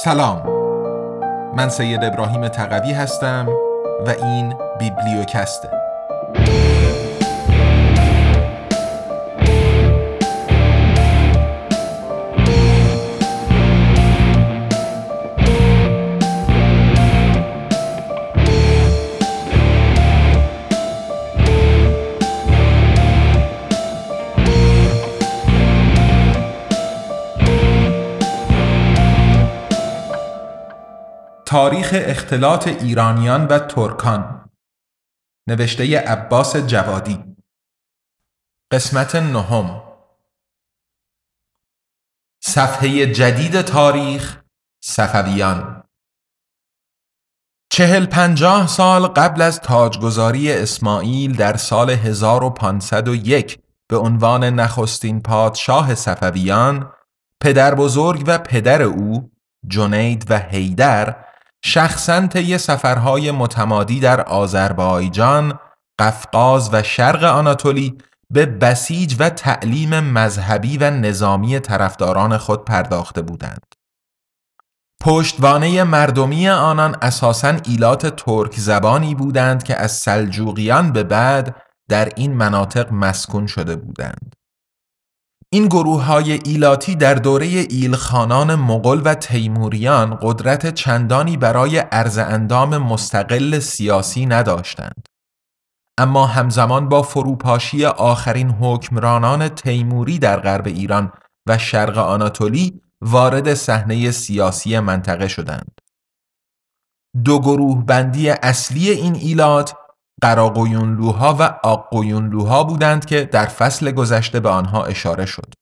سلام، من سید ابراهیم تقوی هستم و این بیبلیوکسته. تاریخ اختلاط ایرانیان و ترکان، نوشته عباس جوادی. قسمت 9. صفحه جدید تاریخ، صفویان. 40-50 سال قبل از تاجگذاری اسماعیل در سال 1501 به عنوان نخستین پادشاه صفویان، پدر بزرگ و پدر او جنید و حیدر شخصاً طی سفرهای متمادی در آذربایجان، قفقاز و شرق آناتولی به بسیج و تعلیم مذهبی و نظامی طرفداران خود پرداخته بودند. پشتوانه مردمی آنان اساساً ایلات ترک زبانی بودند که از سلجوقیان به بعد در این مناطق مسکون شده بودند. این گروه‌های ایلاتی در دوره ایلخانان مغول و تیموریان قدرت چندانی برای عرض اندام مستقل سیاسی نداشتند. اما همزمان با فروپاشی آخرین حکمرانان تیموری در غرب ایران و شرق آناتولی وارد صحنه سیاسی منطقه شدند. دو گروه بندی اصلی این ایلات قراقویونلوها و آققویونلوها بودند که در فصل گذشته به آنها اشاره شد.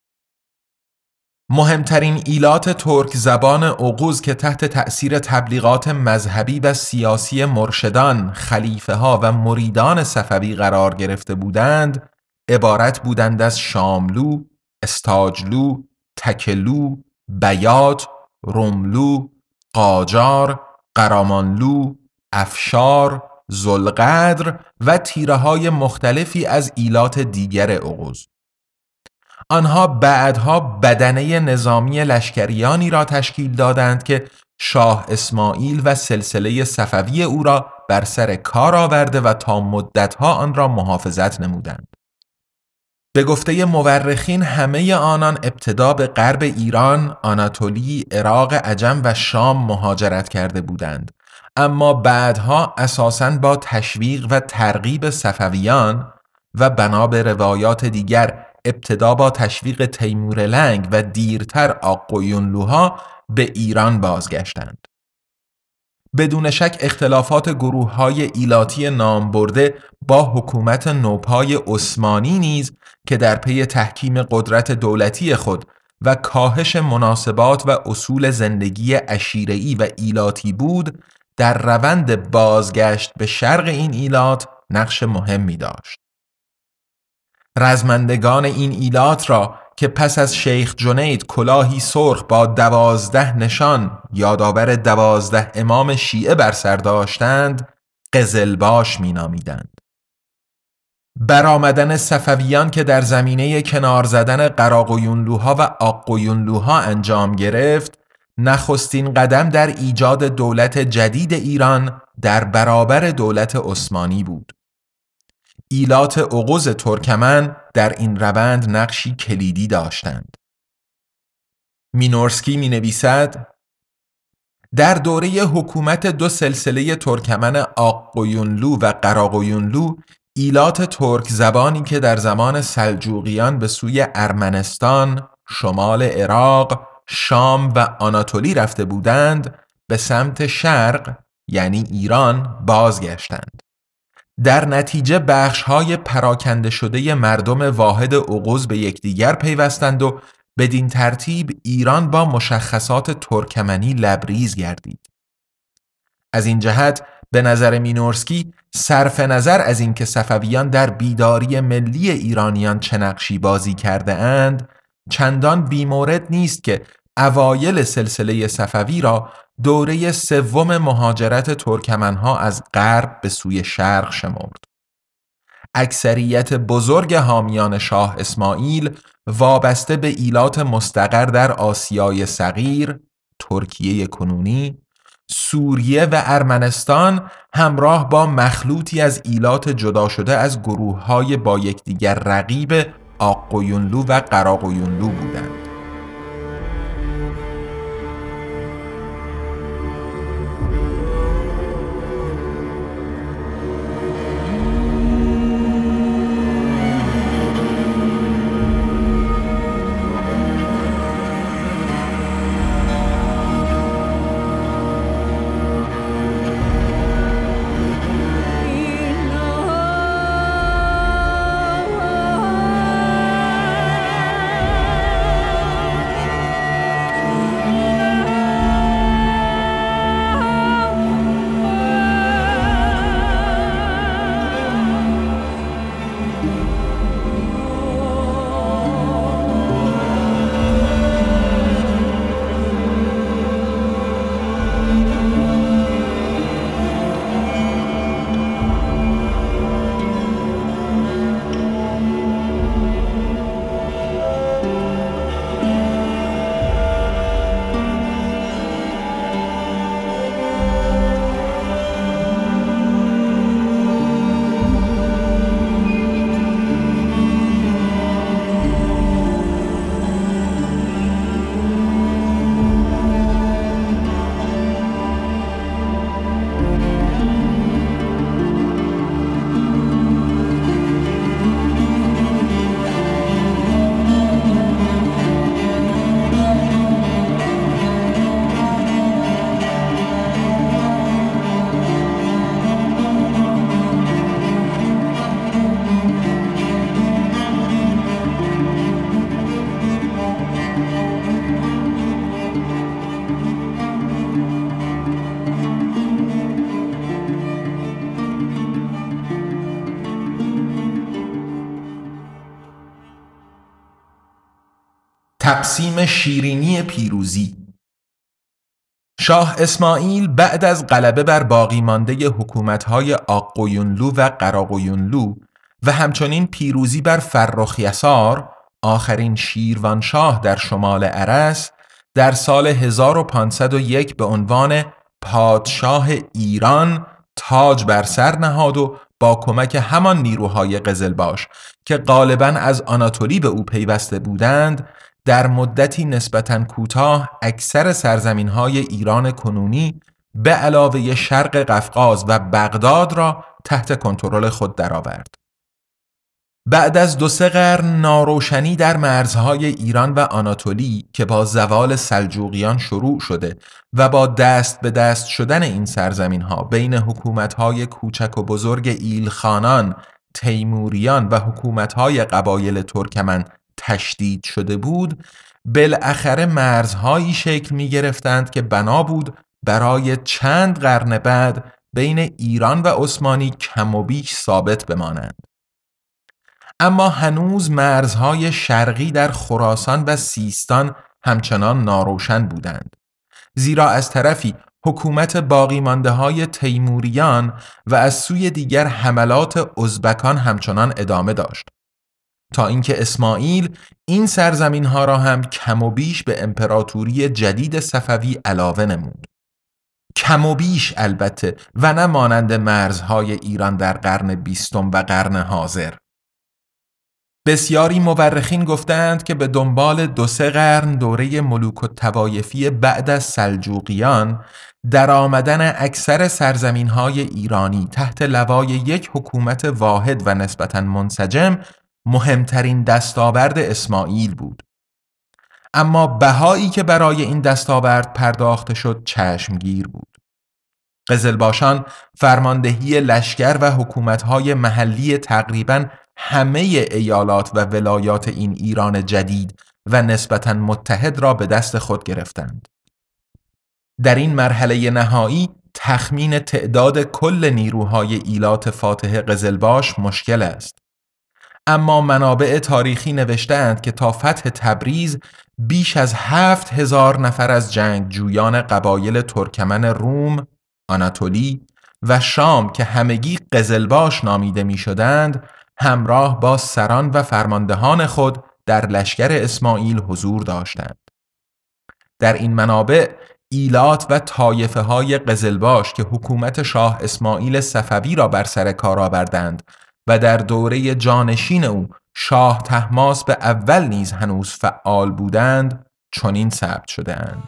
مهمترین ایلات ترک زبان اوغوز که تحت تأثیر تبلیغات مذهبی و سیاسی مرشدان، خلیفه ها و مریدان صفوی قرار گرفته بودند، عبارت بودند از شاملو، استاجلو، تکلو، بیات، رملو، قاجار، قرامانلو، افشار، ذوالقدر و تیره‌های مختلفی از ایلات دیگر اوغوز. آنها بعدها بدنه نظامی لشکریانی را تشکیل دادند که شاه اسماعیل و سلسله صفوی او را بر سر کار آورده و تا مدتها آن را محافظت نمودند. به گفته مورخین همه آنان ابتدا به غرب ایران، آناتولی، عراق، عجم و شام مهاجرت کرده بودند، اما بعدها اساساً با تشویق و ترغیب صفویان و بنا به روایات دیگر ابتدا با تشویق تیمورلنگ و دیرتر آققویونلوها به ایران بازگشتند. بدون شک اختلافات گروه‌های ایلاتی نام برده با حکومت نوپای عثمانی نیز که در پی تحکیم قدرت دولتی خود و کاهش مناسبات و اصول زندگی عشیره‌ای و ایلاتی بود، در روند بازگشت به شرق این ایلات نقش مهمی داشت. رزمندگان این ایلات را که پس از شیخ جنید کلاهی سرخ با 12 نشان یادآور 12 امام شیعه بر سر داشتند، قزلباش می نامیدند. برآمدن صفویان که در زمینه کنار زدن قراقویونلوها و آققویونلوها انجام گرفت، نخستین قدم در ایجاد دولت جدید ایران در برابر دولت عثمانی بود. ایلات اوغوز ترکمن در این روند نقشی کلیدی داشتند. مینورسکی می نویسد: در دوره حکومت دو سلسله ترکمن آققویونلو و قراقویونلو، ایلات ترک زبانی که در زمان سلجوقیان به سوی ارمنستان، شمال عراق، شام و آناتولی رفته بودند، به سمت شرق یعنی ایران بازگشتند. در نتیجه بخش‌های پراکنده شده مردم واحد اوغوز به یکدیگر پیوستند و بدین ترتیب ایران با مشخصات ترکمنی لبریز گردید. از این جهت به نظر مینورسکی صرف نظر از اینکه صفویان در بیداری ملی ایرانیان چه نقشی بازی کرده اند، چندان بیمورد نیست که اوایل سلسله صفوی را دوره سوم مهاجرت ترکمنها از غرب به سوی شرق شمرد. اکثریت بزرگ حامیان شاه اسماعیل وابسته به ایلات مستقر در آسیای صغیر، ترکیه کنونی، سوریه و ارمنستان همراه با مخلوطی از ایلات جدا شده از گروه‌های با یکدیگر رقیب آق‌قویونلو و قراقویونلو بودند. تقسیم شیرینی پیروزی. شاه اسماعیل بعد از غلبه بر باقی مانده حکومت‌های آق‌قویونلو و قراقویونلو و همچنین پیروزی بر فرخ یسار، آخرین شیروانشاه در شمال ارس، در سال 1501 به عنوان پادشاه ایران تاج بر سر نهاد و با کمک همان نیروهای قزلباش که غالباً از آناتولی به او پیوسته بودند، در مدتی نسبتاً کوتاه اکثر سرزمین‌های ایران کنونی به علاوه شرق قفقاز و بغداد را تحت کنترل خود درآورد. بعد از 2-3 قرن ناروشنی در مرزهای ایران و آناتولی که با زوال سلجوقیان شروع شده و با دست به دست شدن این سرزمین‌ها بین حکومت‌های کوچک و بزرگ ایلخانان، تیموریان و حکومت‌های قبایل ترکمن تشدید شده بود، بالاخره مرزهایی شکل می گرفتند که بنا بود برای چند قرن بعد بین ایران و عثمانی کم و بیش ثابت بمانند. اما هنوز مرزهای شرقی در خراسان و سیستان همچنان ناروشن بودند، زیرا از طرفی حکومت باقی مانده های تیموریان و از سوی دیگر حملات ازبکان همچنان ادامه داشت، تا اینکه اسماعیل این سرزمین ها را هم کم و بیش به امپراتوری جدید صفوی علاوه نمود. کم و بیش البته و نه مانند مرزهای ایران در قرن 20 و قرن حاضر. بسیاری مورخین گفتند که به دنبال 2-3 قرن دوره ملوک الطوایفی بعد از سلجوقیان، در آمدن اکثر سرزمین‌های ایرانی تحت لوای یک حکومت واحد و نسبتاً منسجم مهمترین دستاورد اسماعیل بود. اما بهایی که برای این دستاورد پرداخته شد چشمگیر بود. قزلباشان فرماندهی لشکر و حکومت‌های محلی تقریباً همه ایالات و ولایات این ایران جدید و نسبتاً متحد را به دست خود گرفتند. در این مرحله نهایی تخمین تعداد کل نیروهای ایلات فاتح قزلباش مشکل است. اما منابع تاریخی نوشتند که تا فتح تبریز بیش از 7000 نفر از جنگجویان قبایل ترکمن روم، آناتولی و شام که همگی قزلباش نامیده می شدند، همراه با سران و فرماندهان خود در لشکر اسماعیل حضور داشتند. در این منابع ایلات و طایفه های قزلباش که حکومت شاه اسماعیل صفوی را بر سر کار آوردند و در دوره جانشین او شاه طهماسب اول نیز هنوز فعال بودند چنین ثبت شده‌اند.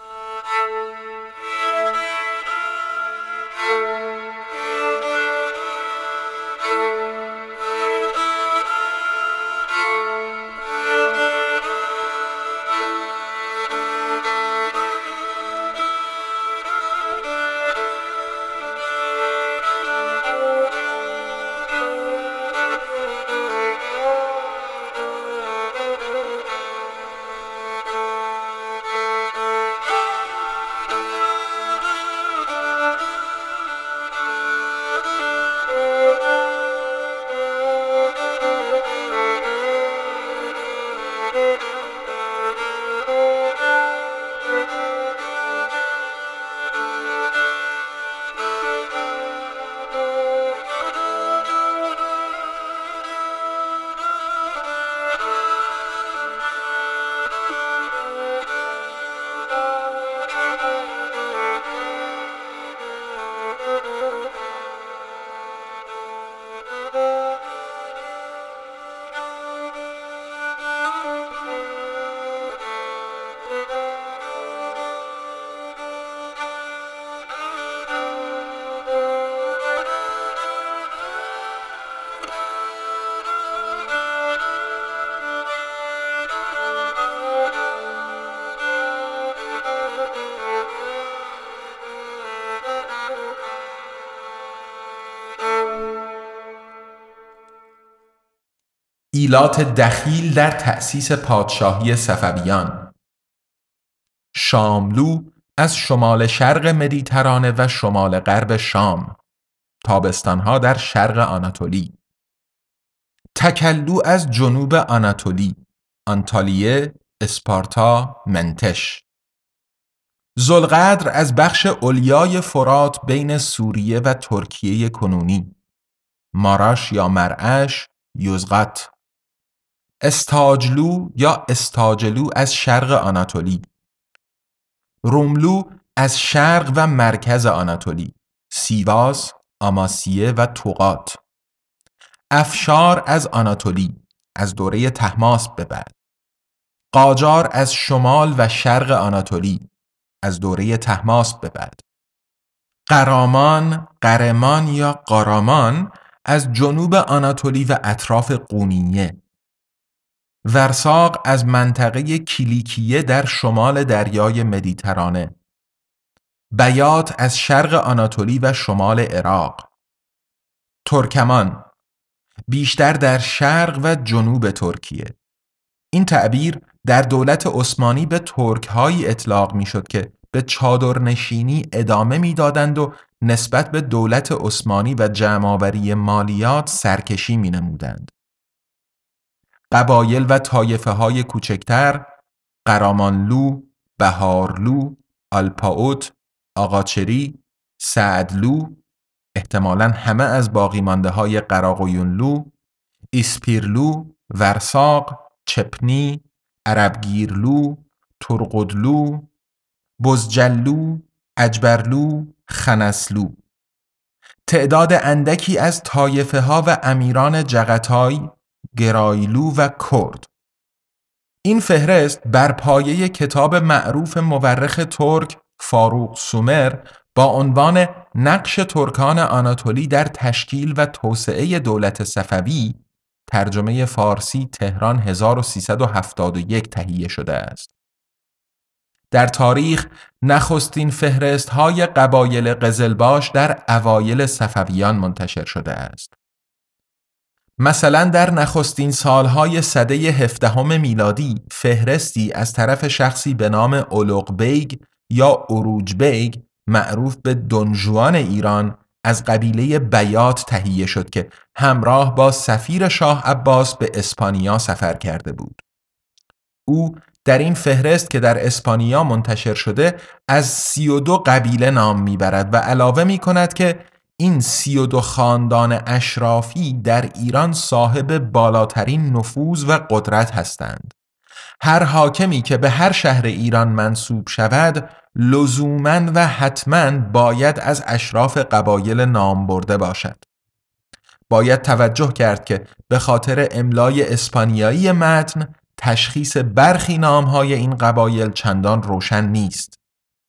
ایلات دخیل در تأسیس پادشاهی صفویان. شاملو از شمال شرق مدیترانه و شمال غرب شام، تابستانها در شرق آناتولی. تکلو از جنوب آناتولی، آنتالیه، اسپارتا، منتش. ذوالقدر از بخش علیای فرات بین سوریه و ترکیه کنونی، ماراش یا مرعش، یوزغات. استاجلو یا استاجلو از شرق آناتولی. روملو از شرق و مرکز آناتولی، سیواس، آماسیه و توقات. افشار از آناتولی، از دوره طهماسب به بعد. قاجار از شمال و شرق آناتولی، از دوره طهماسب به بعد. قرمان یا قارامان از جنوب آناتولی و اطراف قونیه. ورساق از منطقه کیلیکیه در شمال دریای مدیترانه. بیات از شرق آناتولی و شمال عراق. ترکمان بیشتر در شرق و جنوب ترکیه. این تعبیر در دولت عثمانی به ترک‌هایی اطلاق می‌شد که به چادرنشینی ادامه می‌دادند و نسبت به دولت عثمانی و جمع‌آوری مالیات سرکشی می‌نمودند. قبایل و طایفه‌های کوچکتر، قرامانلو، بهارلو، آلپاوت، آقاچری، سعدلو، احتمالاً همه از باقی مانده های قراقویونلو، ایسپیرلو، ورساق، چپنی، عربگیرلو، ترقدلو، بزجلو، اجبرلو، خنسلو. تعداد اندکی از طایفه ها و امیران جغتای، گرایلو و کرد. این فهرست بر پایه کتاب معروف مورخ ترک فاروق سومر با عنوان نقش ترکان آناتولی در تشکیل و توسعه دولت صفوی، ترجمه فارسی تهران 1371 تهیه شده است. در تاریخ نخستین فهرست‌های قبایل قزلباش در اوایل صفویان منتشر شده است. مثلا در نخستین سالهای سده 17 میلادی فهرستی از طرف شخصی به نام اولوق بیگ یا اروج بیگ معروف به دونجوان ایران از قبیله بیات تهیه شد که همراه با سفیر شاه عباس به اسپانیا سفر کرده بود. او در این فهرست که در اسپانیا منتشر شده از 32 قبیله نام میبرد و علاوه میکند که این 32 خاندان اشرافی در ایران صاحب بالاترین نفوذ و قدرت هستند. هر حاکمی که به هر شهر ایران منصوب شود لزوماً و حتماً باید از اشراف قبایل نام برده باشد. باید توجه کرد که به خاطر املای اسپانیایی متن تشخیص برخی نامهای این قبایل چندان روشن نیست.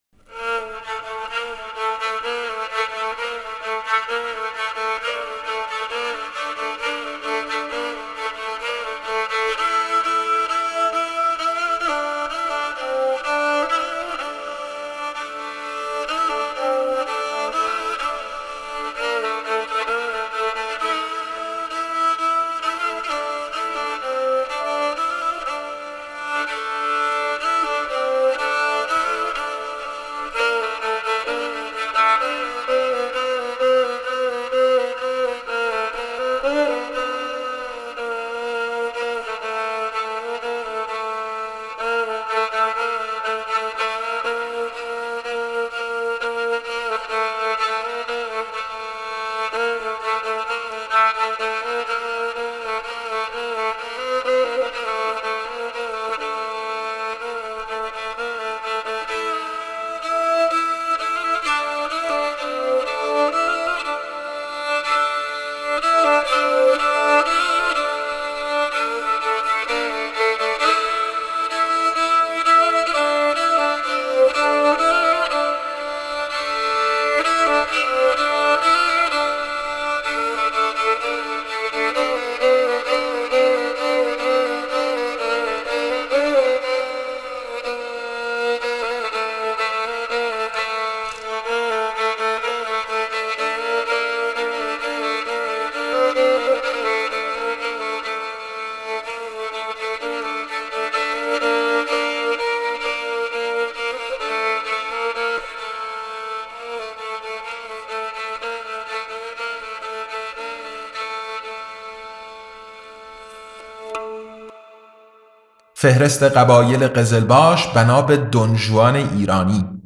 فهرست قبایل قزلباش بنا به دونژوان ایرانی: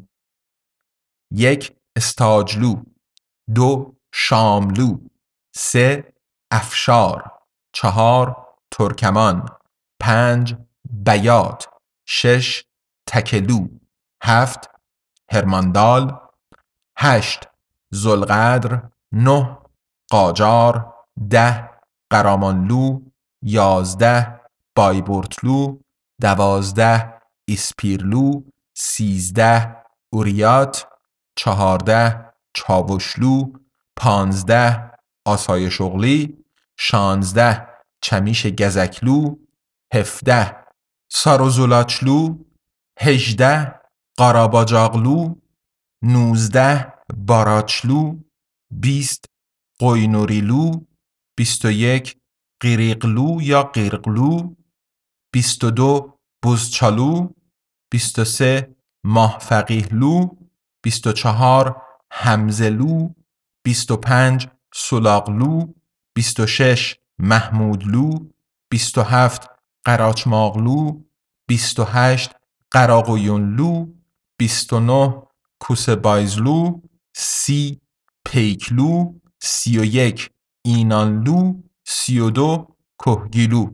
1. استاجلو، 2. شاملو، 3. افشار، 4. ترکمان، 5. بیات، 6. تکلو، 7. هرماندال، 8. ذوالقدر، 9. قاجار، 10. قرامانلو، 11. بایبورتلو، 12. اسپیرلو، 13. اوریات، 14. چاوشلو، 15. آسای شغلی، 16. چمیش گزکلو، 17. ساروزولاچلو، 18. قاراباجاغلو، 19. باراچلو، 20. قوینوریلو، 21. قیریقلو یا قیرقلو، 22. بزچالو، 23. ماهفقیهلو، 24. حمزلو، 25. سلاغلو، 26. محمودلو، 27. قراچماغلو، 28. قراقویونلو، 29. کوسبایزلو، 30. پیکلو، 31. اینانلو، 32. کهگیلو.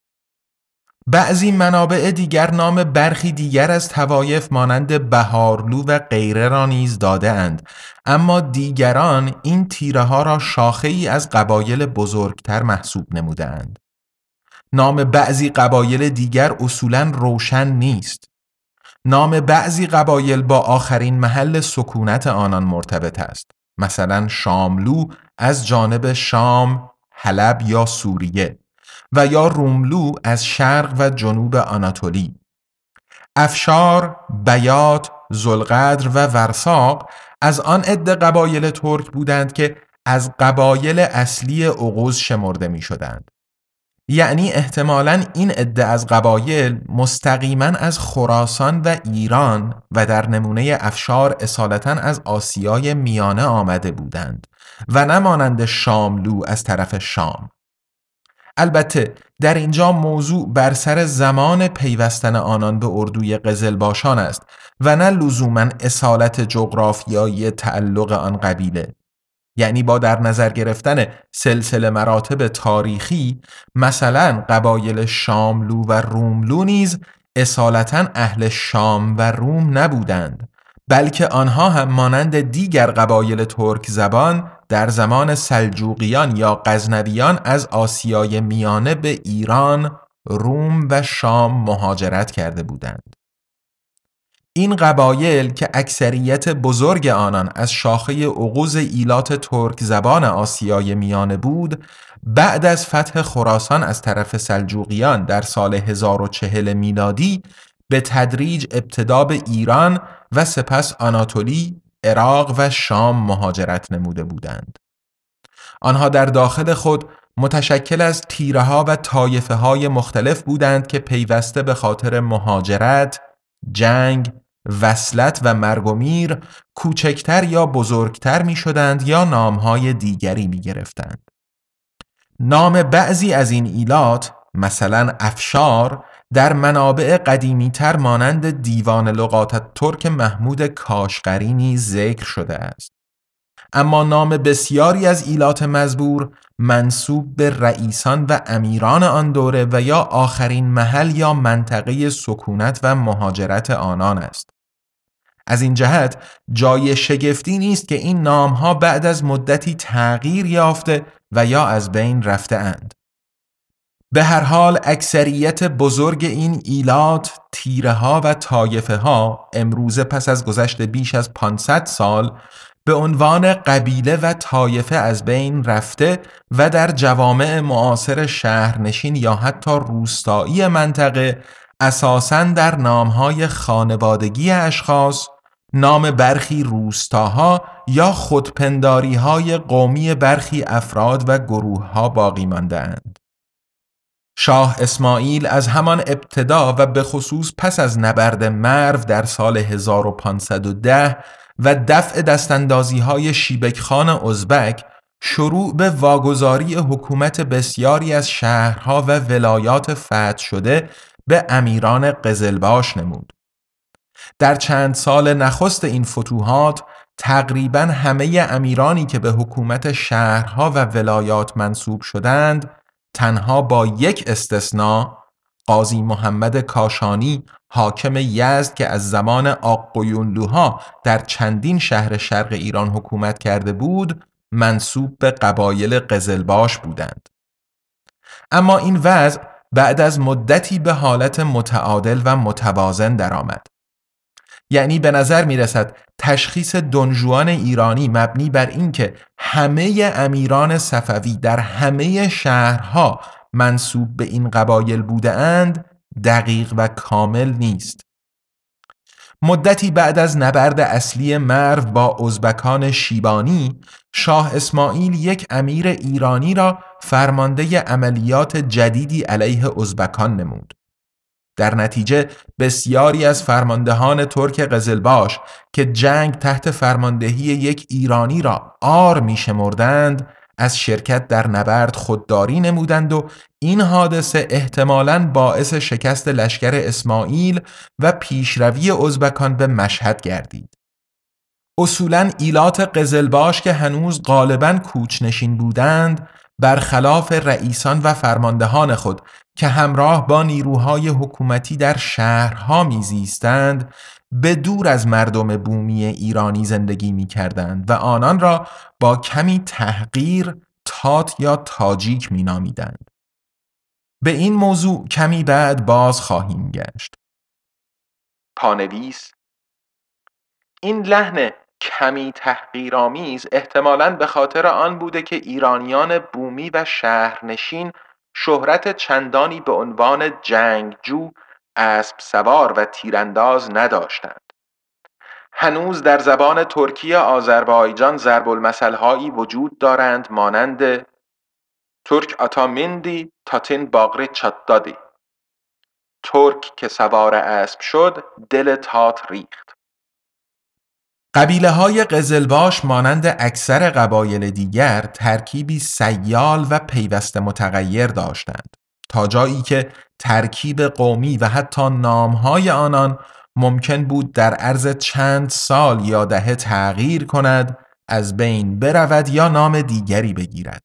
بعضی منابع دیگر نام برخی دیگر از طوایف مانند بهارلو و غیره را نیز داده اند، اما دیگران این تیره ها را شاخه ای از قبایل بزرگتر محسوب نموده اند. نام بعضی قبایل دیگر اصولاً روشن نیست. نام بعضی قبایل با آخرین محل سکونت آنان مرتبط است. مثلا شاملو از جانب شام، حلب یا سوریه، و یا روملو از شرق و جنوب آناتولی. افشار، بیات، ذوالقدر و ورساق از آن عده قبایل ترک بودند که از قبایل اصلی اوغوز شمرده می شدند. یعنی احتمالاً این عده از قبایل مستقیما از خراسان و ایران و در نمونه افشار اصالتاً از آسیای میانه آمده بودند و نمانند شاملو از طرف شام. البته در اینجا موضوع بر سر زمان پیوستن آنان به اردوی قزلباشان است و نه لزوماً اصالت جغرافیایی تعلق آن قبیله. یعنی با در نظر گرفتن سلسله مراتب تاریخی، مثلا قبایل شاملو و روملو نیز اصالتاً اهل شام و روم نبودند، بلکه آنها هم مانند دیگر قبایل ترک زبان در زمان سلجوقیان یا غزنویان از آسیای میانه به ایران، روم و شام مهاجرت کرده بودند. این قبایل که اکثریت بزرگ آنان از شاخه اوغوز ایلات ترک زبان آسیای میانه بود، بعد از فتح خراسان از طرف سلجوقیان در سال 1040 میلادی به تدریج ابتدا به ایران و سپس آناتولی، عراق و شام مهاجرت نموده بودند. آنها در داخل خود متشکل از تیره‌ها و طایفه‌های مختلف بودند که پیوسته به خاطر مهاجرت، جنگ، وصلت و مرگ و میر کوچکتر یا بزرگتر می شدند یا نامهای دیگری می گرفتند. نام بعضی از این ایلات، مثلا افشار، در منابع قدیمی تر مانند دیوان لغات ترک محمود کاشغری نیز ذکر شده است. اما نام بسیاری از ایلات مزبور منسوب به رئیسان و امیران آن دوره و یا آخرین محل یا منطقه سکونت و مهاجرت آنان است. از این جهت جای شگفتی نیست که این نامها بعد از مدتی تغییر یافته و یا از بین رفته اند. به هر حال اکثریت بزرگ این ایلات، تیره ها و طایفه ها امروزه پس از گذشت بیش از 500 سال به عنوان قبیله و طایفه از بین رفته و در جوامع معاصر شهرنشین یا حتی روستایی منطقه اساساً در نامهای خانوادگی اشخاص، نام برخی روستاها یا خودپنداری‌های قومی برخی افراد و گروه‌ها باقی مانده‌اند. شاه اسماعیل از همان ابتدا و به خصوص پس از نبرد مرو در سال 1510 و دفع دستاندازی‌های شیبکخان ازبک شروع به واگذاری حکومت بسیاری از شهرها و ولایات فتح شده به امیران قزلباش نمود. در چند سال نخست این فتوحات تقریباً همه امیرانی که به حکومت شهرها و ولایات منصوب شدند، تنها با یک استثناء، قاضی محمد کاشانی حاکم یزد که از زمان آق‌قیونلوها در چندین شهر شرق ایران حکومت کرده بود، منصوب به قبایل قزلباش بودند. اما این وضع بعد از مدتی به حالت متعادل و متوازن درآمد. یعنی به نظر می رسد تشخیص دونجوان ایرانی مبنی بر این که همه امیران صفوی در همه شهرها منسوب به این قبایل بوده اند دقیق و کامل نیست. مدتی بعد از نبرد اصلی مرو با ازبکان شیبانی، شاه اسماعیل یک امیر ایرانی را فرمانده عملیات جدیدی علیه ازبکان نمود. در نتیجه بسیاری از فرماندهان ترک قزلباش که جنگ تحت فرماندهی یک ایرانی را عار می شمردند، از شرکت در نبرد خودداری نمودند و این حادثه احتمالاً باعث شکست لشکر اسماعیل و پیشروی ازبکان به مشهد گردید. اصولاً ایلات قزلباش که هنوز غالباً کوچنشین بودند، برخلاف رئیسان و فرماندهان خود که همراه با نیروهای حکومتی در شهرها میزیستند، به دور از مردم بومی ایرانی زندگی می کردند و آنان را با کمی تحقیر تات یا تاجیک می نامیدند. به این موضوع کمی بعد باز خواهیم گشت. پانویس: این لحن کمی تحقیرآمیز احتمالاً به خاطر آن بوده که ایرانیان بومی و شهرنشین شهرت چندانی به عنوان جنگجو، اسب سوار و تیرانداز نداشتند. هنوز در زبان ترکی آذربایجان ضرب المثل‌هایی وجود دارند مانند ترک آتامندی تاتین باقری چاتدادی، ترک که سوار اسب شد دل تات ریخت. قبیله های قزلباش مانند اکثر قبایل دیگر ترکیبی سیال و پیوسته متغیر داشتند، تا جایی که ترکیب قومی و حتی نامهای آنان ممکن بود در عرض چند سال یا دهه تغییر کند، از بین برود یا نام دیگری بگیرد.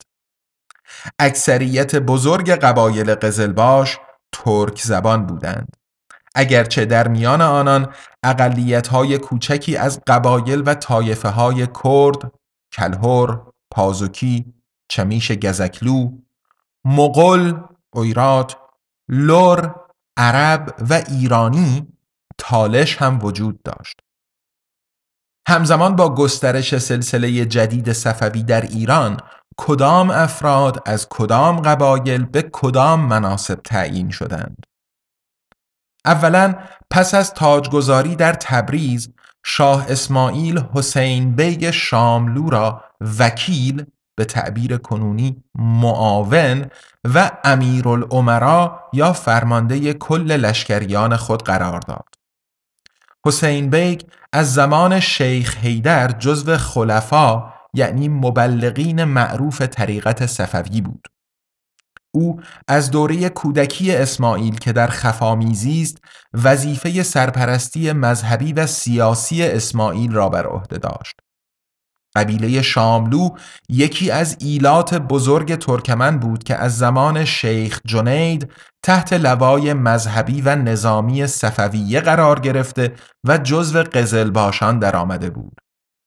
اکثریت بزرگ قبایل قزلباش ترک زبان بودند. اگرچه در میان آنان اقلیت‌های کوچکی از قبایل و طایفه‌های کرد، کلهر، پازوکی، چمیش گزکلو، مغول، اویرات، لر، عرب و ایرانی تالش هم وجود داشت. همزمان با گسترش سلسله جدید صفوی در ایران، کدام افراد از کدام قبایل به کدام مناصب تعیین شدند؟ اولا پس از تاجگذاری در تبریز، شاه اسماعیل حسین بیگ شاملو را وکیل، به تعبیر کنونی معاون، و امیرالامرا یا فرمانده کل لشکریان خود قرار داد. حسین بیگ از زمان شیخ حیدر جزو خلفا یعنی مبلغین معروف طریقت صفوی بود. او از دوره کودکی اسماعیل که در خفا میزیست وظیفه سرپرستی مذهبی و سیاسی اسماعیل را بر عهده داشت. قبیله شاملو یکی از ایلات بزرگ ترکمن بود که از زمان شیخ جنید تحت لوای مذهبی و نظامی صفویه قرار گرفته و جزو قزلباشان درآمده بود.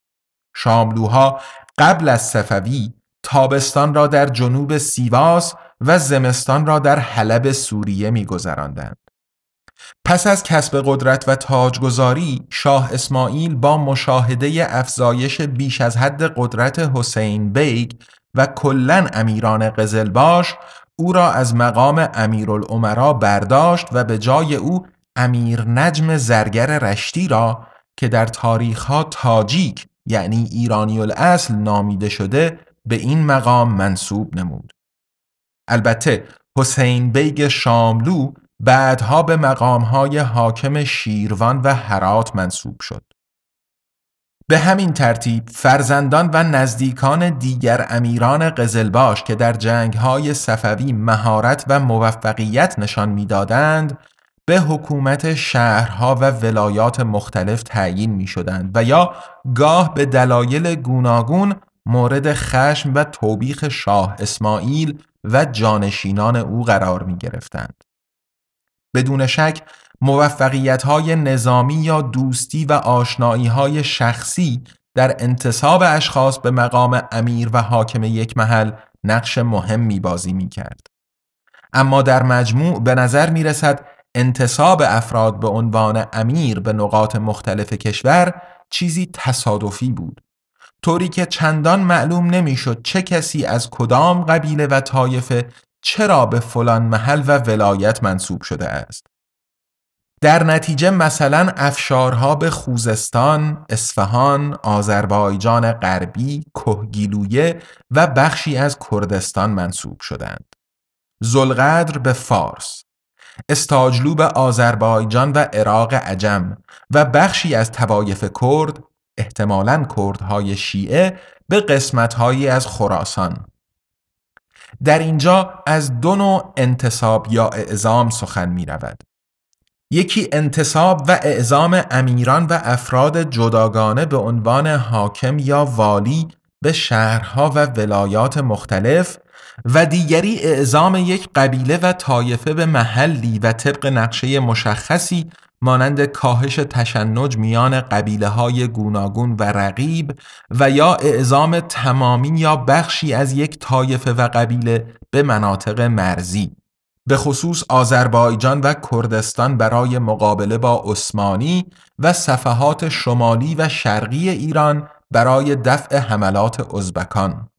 شاملوها قبل از صفوی تابستان را در جنوب سیواس و زمستان را در حلب سوریه می‌گذراندند. پس از کسب قدرت و تاجگذاری، شاه اسماعیل با مشاهده افزایش بیش از حد قدرت حسین بیگ و کلاً امیران قزلباش او را از مقام امیرالامرا برداشت و به جای او امیر نجم زرگر رشتی را که در تاریخ‌ها تاجیک یعنی ایرانی الاصل نامیده شده به این مقام منصوب نمود. البته حسین بیگ شاملو بعدها به مقام‌های حاکم شیروان و هرات منصوب شد. به همین ترتیب فرزندان و نزدیکان دیگر امیران قزلباش که در جنگ‌های صفوی مهارت و موفقیت نشان می‌دادند، به حکومت شهرها و ولایات مختلف تعیین می‌شدند و یا گاه به دلایل گوناگون مورد خشم و توبیخ شاه اسماعیل و جانشینان او قرار می‌گرفتند. بدون شک موفقیت‌های نظامی یا دوستی و آشنایی‌های شخصی در انتساب اشخاص به مقام امیر و حاکم یک محل نقش مهمی بازی می‌کرد. اما در مجموع به نظر می‌رسد انتساب افراد به عنوان امیر به نقاط مختلف کشور چیزی تصادفی بود، طوری که چندان معلوم نمی‌شد چه کسی از کدام قبیله و طایفه چرا به فلان محل و ولایت منصوب شده است. در نتیجه مثلا افشارها به خوزستان، اصفهان، آذربایجان غربی، کهگیلویه و بخشی از کردستان منصوب شدند. ذوالقدر به فارس، استاجلو به آذربایجان و عراق عجم و بخشی از طوایف کرد، احتمالاً کردهای شیعه، به قسمت‌هایی از خراسان. در اینجا از دو نوع انتصاب یا اعزام سخن می رود. یکی انتصاب و اعزام امیران و افراد جداگانه به عنوان حاکم یا والی به شهرها و ولایات مختلف و دیگری اعزام یک قبیله و طایفه به محلی و طبق نقشه مشخصی مانند کاهش تشنج میان قبیله های گوناگون و رقیب و یا اعزام تمامی یا بخشی از یک طایفه و قبیله به مناطق مرزی، به خصوص آذربایجان و کردستان برای مقابله با عثمانی و صفحات شمالی و شرقی ایران برای دفع حملات ازبکان.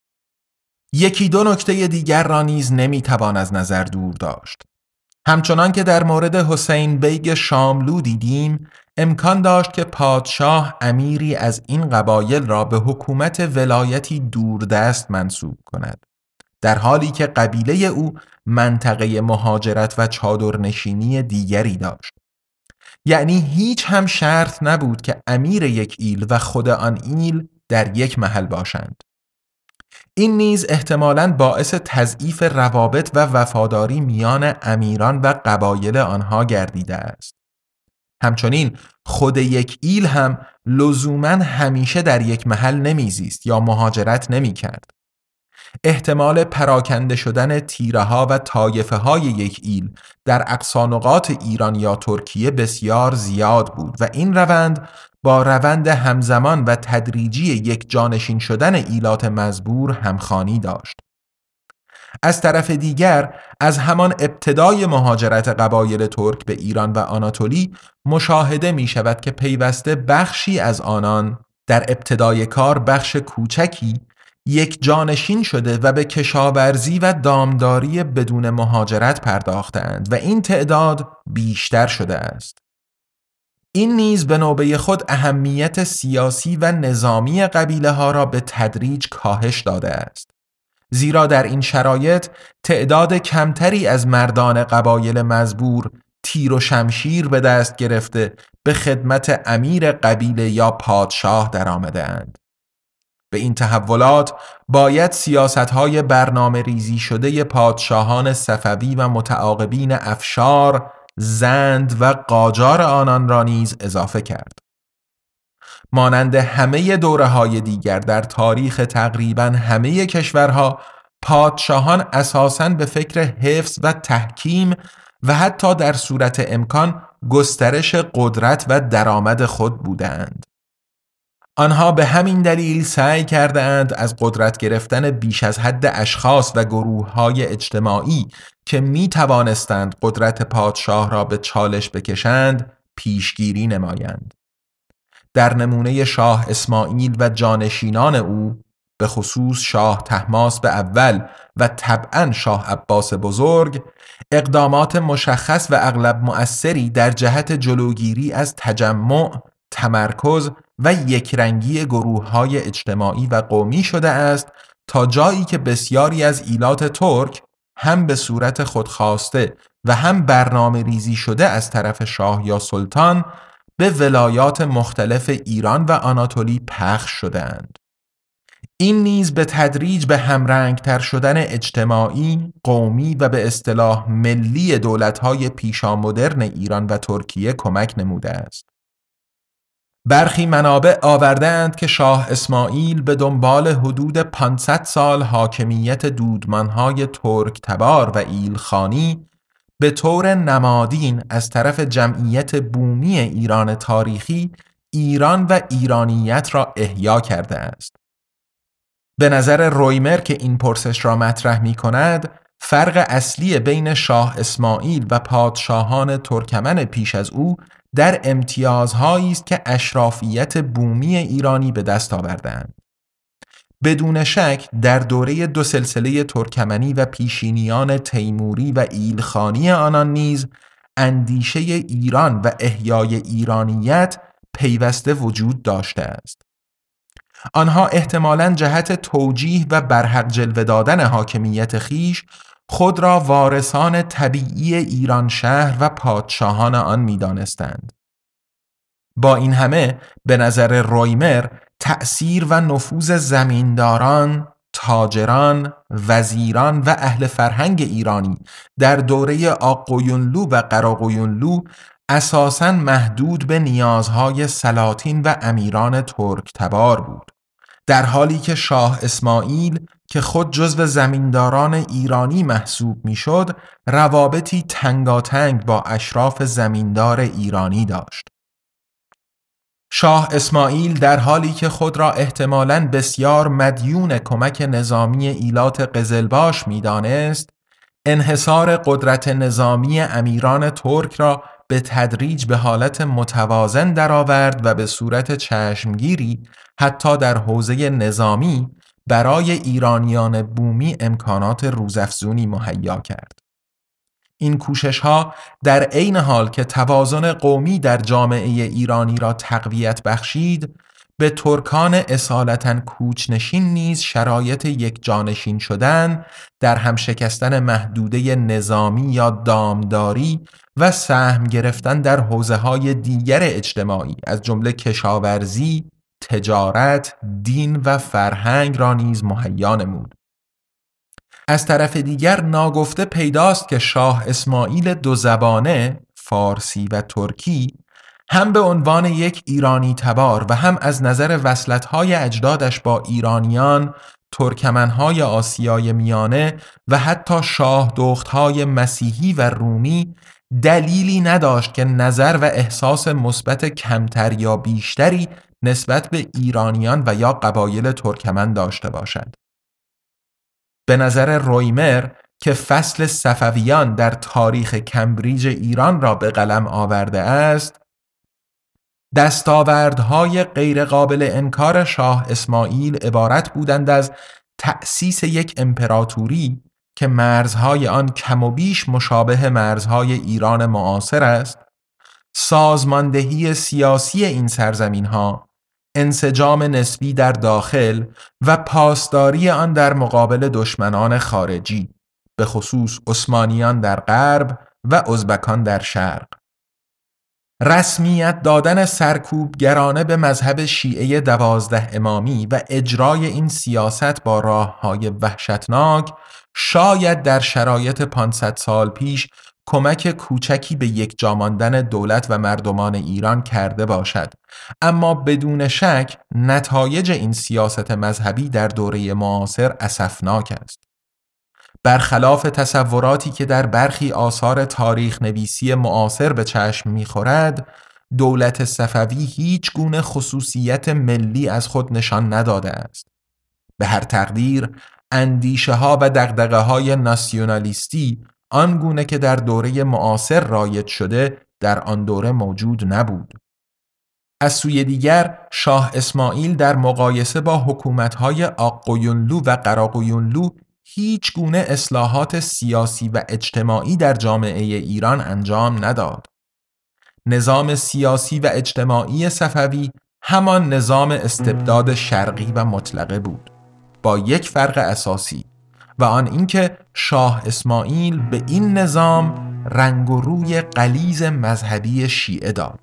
یکی دو نکته دیگر را نیز نمیتوان از نظر دور داشت. همچنان که در مورد حسین بیگ شاملو دیدیم، امکان داشت که پادشاه امیری از این قبایل را به حکومت ولایتی دوردست منصوب کند، در حالی که قبیله او منطقه مهاجرت و چادرنشینی دیگری داشت. یعنی هیچ هم شرط نبود که امیر یک ایل و خود آن ایل در یک محل باشند. این نیز احتمالاً باعث تضعیف روابط و وفاداری میان امیران و قبایل آنها گردیده است. همچنین خود یک ایل هم لزوماً همیشه در یک محل نمیزیست یا مهاجرت نمی کرد. احتمال پراکنده شدن تیره ها و طایفه های یک ایل در اقصا نقاط ایران یا ترکیه بسیار زیاد بود و این روند با روند همزمان و تدریجی یک جانشین شدن ایلات مزبور همخوانی داشت. از طرف دیگر از همان ابتدای مهاجرت قبایل ترک به ایران و آناتولی مشاهده می شود که پیوسته بخشی از آنان در ابتدای کار بخش کوچکی یک جانشین شده و به کشاورزی و دامداری بدون مهاجرت پرداختند و این تعداد بیشتر شده است. این نیز به نوبه خود اهمیت سیاسی و نظامی قبیله ها را به تدریج کاهش داده است. زیرا در این شرایط تعداد کمتری از مردان قبایل مزبور تیر و شمشیر به دست گرفته به خدمت امیر قبیله یا پادشاه در آمده اند. به این تحولات باید سیاست‌های برنامه ریزی شده پادشاهان صفوی و متعاقبین افشار، زند و قاجار آنان را نیز اضافه کرد. مانند همه دوره‌های دیگر در تاریخ تقریباً همه کشورها، پادشاهان اساساً به فکر حفظ و تحکیم و حتی در صورت امکان گسترش قدرت و درآمد خود بودند. آنها به همین دلیل سعی کردند از قدرت گرفتن بیش از حد اشخاص و گروه‌های اجتماعی که می توانستند قدرت پادشاه را به چالش بکشند پیشگیری نمایند. در نمونه شاه اسماعیل و جانشینان او، به خصوص شاه طهماسب اول و طبعاً شاه عباس بزرگ، اقدامات مشخص و اغلب مؤثری در جهت جلوگیری از تجمع، تمرکز و یکرنگی گروه‌های اجتماعی و قومی شده است تا جایی که بسیاری از ایلات ترک هم به صورت خودخواسته و هم برنامه ریزی شده از طرف شاه یا سلطان به ولایات مختلف ایران و آناتولی پخش شدند. این نیز به تدریج به همرنگتر شدن اجتماعی، قومی و به اصطلاح ملی دولت‌های پیشامدرن ایران و ترکیه کمک نموده است. برخی منابع آوردند که شاه اسماعیل به دنبال حدود 500 سال حاکمیت دودمانهای ترک تبار و ایلخانی به طور نمادین از طرف جمعیت بومی ایران تاریخی ایران و ایرانیت را احیا کرده است. به نظر رویمر که این پرسش را مطرح می کند، فرق اصلی بین شاه اسماعیل و پادشاهان ترکمن پیش از او در امتیازهایی است که اشرافیت بومی ایرانی به دست آوردند. بدون شک در دوره دو سلسله ترکمنی و پیشینیان تیموری و ایلخانی آنان نیز اندیشه ایران و احیای ایرانیت پیوسته وجود داشته است. آنها احتمالاً جهت توجیه و برحق جلوه دادن حاکمیت خیش خود را وارثان طبیعی ایران شهر و پادشاهان آن می دانستند. با این همه به نظر رویمر تأثیر و نفوذ زمینداران، تاجران، وزیران و اهل فرهنگ ایرانی در دوره آقویونلو و قراقویونلو اساساً محدود به نیازهای سلاطین و امیران ترک تبار بود، در حالی که شاه اسماعیل که خود جزو زمینداران ایرانی محسوب میشد، روابطی تنگاتنگ با اشراف زمیندار ایرانی داشت. شاه اسماعیل در حالی که خود را احتمالاً بسیار مدیون کمک نظامی ایلات قزلباش می‌دانست، انحصار قدرت نظامی امیران ترک را به تدریج به حالت متوازن درآورد و به صورت چشمگیری حتی در حوزه نظامی برای ایرانیان بومی امکانات روزافزونی مهیا کرد. این کوشش‌ها در عین حال که توازن قومی در جامعه ایرانی را تقویت بخشید، به ترکان اصالتاً کوچنشین نیز شرایط یک جانشین شدن، در هم شکستن محدوده نظامی یا دامداری و سهم گرفتن در حوزه‌های دیگر اجتماعی از جمله کشاورزی، تجارت، دین و فرهنگ را نیز مهیا نمود. از طرف دیگر ناگفته پیداست که شاه اسماعیل دو زبانه، فارسی و ترکی، هم به عنوان یک ایرانی تبار و هم از نظر وصلت‌های اجدادش با ایرانیان ترکمنهای آسیای میانه و حتی شاه دختهای مسیحی و رومی دلیلی نداشت که نظر و احساس مثبت کمتر یا بیشتری نسبت به ایرانیان و یا قبایل ترکمن داشته باشد. به نظر رویمر که فصل صفویان در تاریخ کمبریج ایران را به قلم آورده است، دستاوردهای غیرقابل انکار شاه اسماعیل عبارت بودند از تأسیس یک امپراتوری که مرزهای آن کم و بیش مشابه مرزهای ایران معاصر است، سازماندهی سیاسی این سرزمین‌ها، انسجام نسبی در داخل و پاسداری آن در مقابل دشمنان خارجی، به خصوص عثمانیان در غرب و ازبکان در شرق. رسمیت دادن سرکوبگرانه به مذهب شیعه 12 امامی و اجرای این سیاست با راه‌های وحشتناک شاید در شرایط 500 سال پیش کمک کوچکی به یک جا ماندن دولت و مردمان ایران کرده باشد، اما بدون شک نتایج این سیاست مذهبی در دوره معاصر اسفناک است. برخلاف تصوراتی که در برخی آثار تاریخ نویسی معاصر به چشم می‌خورد، دولت صفوی هیچ گونه خصوصیت ملی از خود نشان نداده است. به هر تقدیر، اندیشه‌ها و دغدغه‌های ناسیونالیستی آنگونه که در دوره معاصر رایج شده در آن دوره موجود نبود. از سوی دیگر شاه اسماعیل در مقایسه با حکومت‌های آق‌قویونلو و قراقویونلو هیچ گونه اصلاحات سیاسی و اجتماعی در جامعه ایران انجام نداد. نظام سیاسی و اجتماعی صفوی همان نظام استبداد شرقی و مطلقه بود، با یک فرق اساسی و آن اینکه شاه اسماعیل به این نظام رنگ و روی غلیظ مذهبی شیعه داد.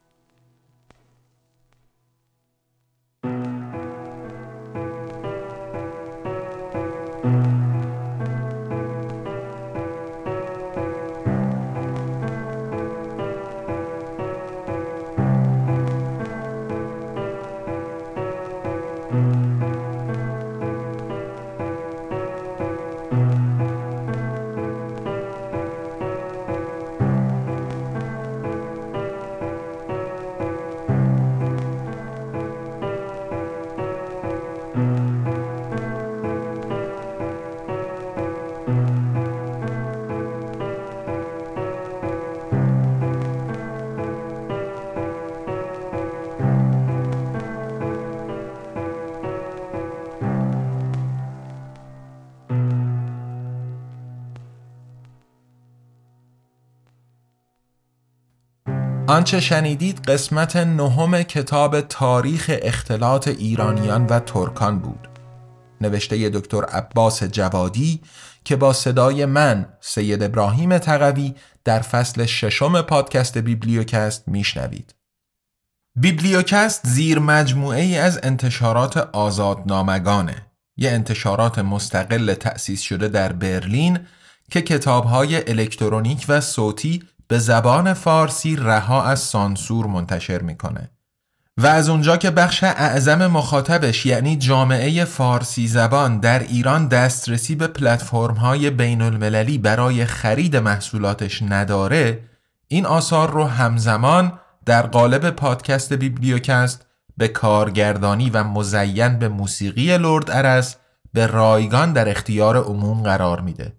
آنچه شنیدید قسمت 9 کتاب تاریخ اختلاط ایرانیان و ترکان بود، نوشته دکتر عباس جوادی که با صدای من سید ابراهیم تقوی در فصل 6 پادکست بیبلیوکست میشنوید. بیبلیوکست زیر مجموعه ای از انتشارات آزادنامگانه، یه انتشارات مستقل تأسیس شده در برلین که کتاب‌های الکترونیک و صوتی به زبان فارسی رها از سانسور منتشر میکنه و از اونجا که بخش اعظم مخاطبش یعنی جامعه فارسی زبان در ایران دسترسی به پلتفرم‌های بین المللی برای خرید محصولاتش نداره، این آثار رو همزمان در قالب پادکست بیبلیوکست به کارگردانی و مزین به موسیقی لرد ارس به رایگان در اختیار عموم قرار میده.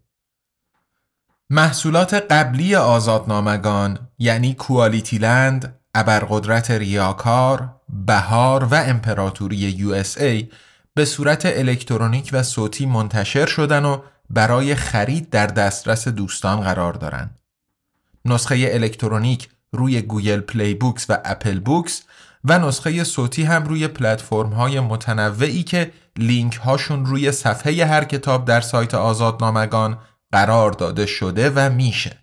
محصولات قبلی آزادنامگان یعنی کوالیتی لند، ابرقدرت ریاکار، بهار و امپراتوری USA به صورت الکترونیک و صوتی منتشر شدن و برای خرید در دسترس دوستان قرار دارن. نسخه الکترونیک روی گوگل پلی بوکس و اپل بوکس و نسخه صوتی هم روی پلتفرم‌های متنوعی که لینک هاشون روی صفحه هر کتاب در سایت آزادنامگان قرار داده شده و میشه.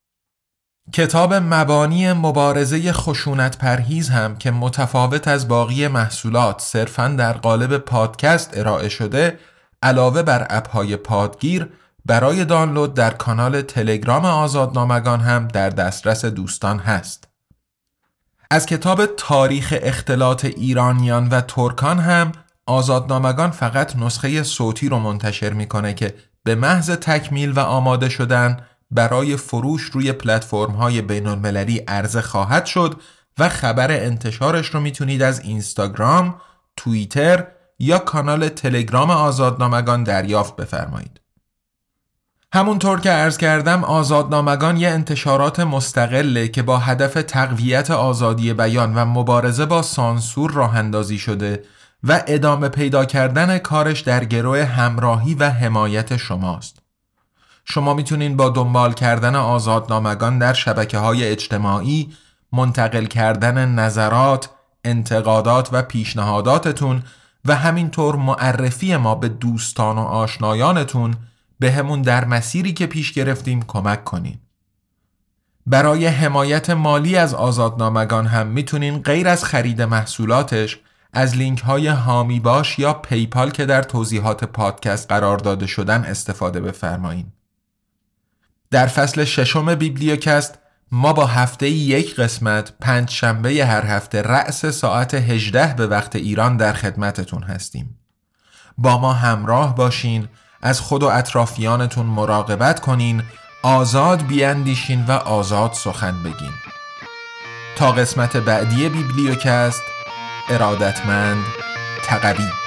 کتاب مبانی مبارزه خشونت پرهیز هم که متفاوت از باقی محصولات صرفاً در قالب پادکست ارائه شده، علاوه بر اپ‌های پادگیر برای دانلود در کانال تلگرام آزادنامگان هم در دسترس دوستان هست. از کتاب تاریخ اختلاط ایرانیان و ترکان هم آزادنامگان فقط نسخه صوتی رو منتشر میکنه که به محض تکمیل و آماده شدن برای فروش روی پلتفرم‌های بین‌المللی عرضه خواهد شد و خبر انتشارش رو میتونید از اینستاگرام، توییتر یا کانال تلگرام آزادنامگان دریافت بفرمایید. همونطور که عرض کردم، آزادنامگان یه انتشارات مستقله که با هدف تقویت آزادی بیان و مبارزه با سانسور راه اندازی شده و ادامه پیدا کردن کارش در گروه همراهی و حمایت شماست. شما میتونین با دنبال کردن آزادنامگان در شبکه‌های اجتماعی، منتقل کردن نظرات، انتقادات و پیشنهاداتتون و همینطور معرفی ما به دوستان و آشنایانتون به همون در مسیری که پیش گرفتیم کمک کنین. برای حمایت مالی از آزادنامگان هم میتونین غیر از خرید محصولاتش از لینک های هامی باش یا پیپال که در توضیحات پادکست قرار داده شدن استفاده بفرمایین. در فصل 6 بیبلیوکست ما با هفته یک قسمت 5 شنبه هر هفته رأس ساعت 18 به وقت ایران در خدمتتون هستیم. با ما همراه باشین، از خود و اطرافیانتون مراقبت کنین، آزاد بیاندیشین و آزاد سخن بگین. تا قسمت بعدی بیبلیوکست، ارادتمند، تقوی.